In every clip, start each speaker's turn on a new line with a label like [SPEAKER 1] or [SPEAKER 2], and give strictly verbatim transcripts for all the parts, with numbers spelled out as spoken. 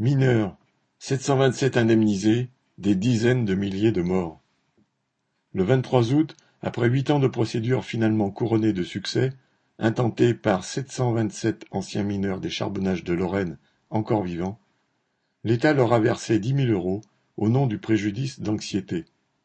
[SPEAKER 1] Mineurs, sept cent vingt-sept indemnisés, des dizaines de milliers de morts. Le vingt-trois août, après huit ans de procédure finalement couronnée de succès, intentée par sept cent vingt-sept anciens mineurs des charbonnages de Lorraine encore vivants, l'État leur a versé dix mille euros au nom du préjudice d'anxiété.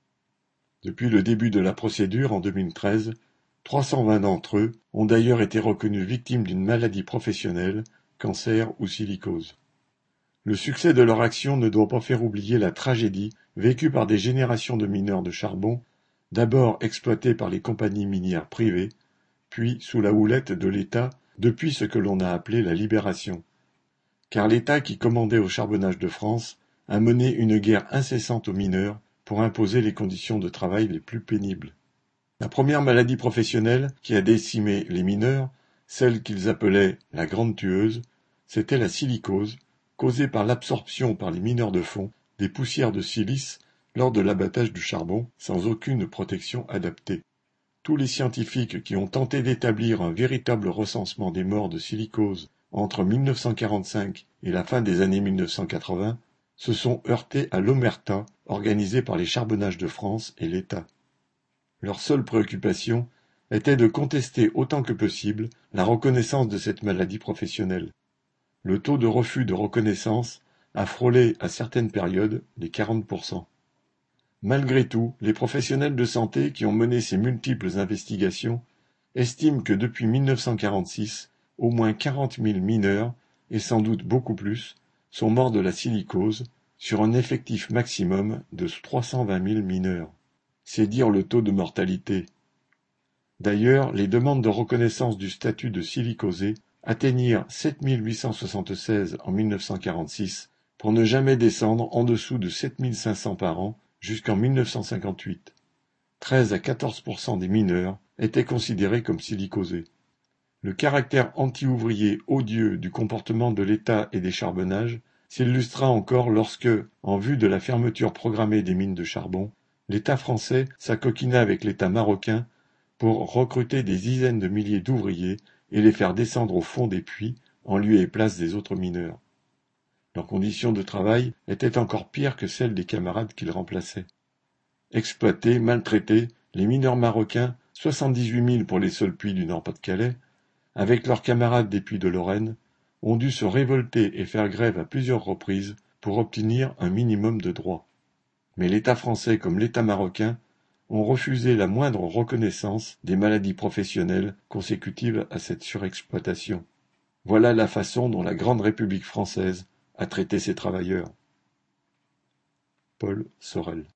[SPEAKER 1] Depuis le début de la procédure en deux mille treize, trois cent vingt d'entre eux ont d'ailleurs été reconnus victimes d'une maladie professionnelle, cancer ou silicose. Le succès de leur action ne doit pas faire oublier la tragédie vécue par des générations de mineurs de charbon, d'abord exploités par les compagnies minières privées, puis sous la houlette de l'État depuis ce que l'on a appelé la Libération. Car l'État qui commandait au charbonnage de France a mené une guerre incessante aux mineurs pour imposer les conditions de travail les plus pénibles. La première maladie professionnelle qui a décimé les mineurs, celle qu'ils appelaient la grande tueuse, c'était la silicose, causée par l'absorption par les mineurs de fond des poussières de silice lors de l'abattage du charbon sans aucune protection adaptée. Tous les scientifiques qui ont tenté d'établir un véritable recensement des morts de silicose entre mille neuf cent quarante-cinq et la fin des années mille neuf cent quatre-vingts se sont heurtés à l'omerta organisée par les charbonnages de France et l'État. Leur seule préoccupation était de contester autant que possible la reconnaissance de cette maladie professionnelle. Le taux de refus de reconnaissance a frôlé à certaines périodes les quarante pour cent. Malgré tout, les professionnels de santé qui ont mené ces multiples investigations estiment que depuis mille neuf cent quarante-six, au moins quarante mille mineurs, et sans doute beaucoup plus, sont morts de la silicose, sur un effectif maximum de trois cent vingt mille mineurs. C'est dire le taux de mortalité. D'ailleurs, les demandes de reconnaissance du statut de silicosé atteignirent sept mille huit cent soixante-seize en mille neuf cent quarante-six, pour ne jamais descendre en dessous de sept mille cinq cents par an jusqu'en mille neuf cent cinquante-huit. treize à quatorze pour cent des mineurs étaient considérés comme silicosés. Le caractère anti-ouvrier odieux du comportement de l'État et des charbonnages s'illustra encore lorsque, en vue de la fermeture programmée des mines de charbon, l'État français s'acoquina avec l'État marocain pour recruter des dizaines de milliers d'ouvriers et les faire descendre au fond des puits en lieu et place des autres mineurs. Leurs conditions de travail étaient encore pires que celles des camarades qu'ils remplaçaient. Exploités, maltraités, les mineurs marocains, soixante-dix-huit mille pour les seuls puits du Nord-Pas-de-Calais, avec leurs camarades des puits de Lorraine, ont dû se révolter et faire grève à plusieurs reprises pour obtenir un minimum de droits. Mais l'État français comme l'État marocain ont refusé la moindre reconnaissance des maladies professionnelles consécutives à cette surexploitation. Voilà la façon dont la grande République française a traité ses travailleurs. Paul Sorel.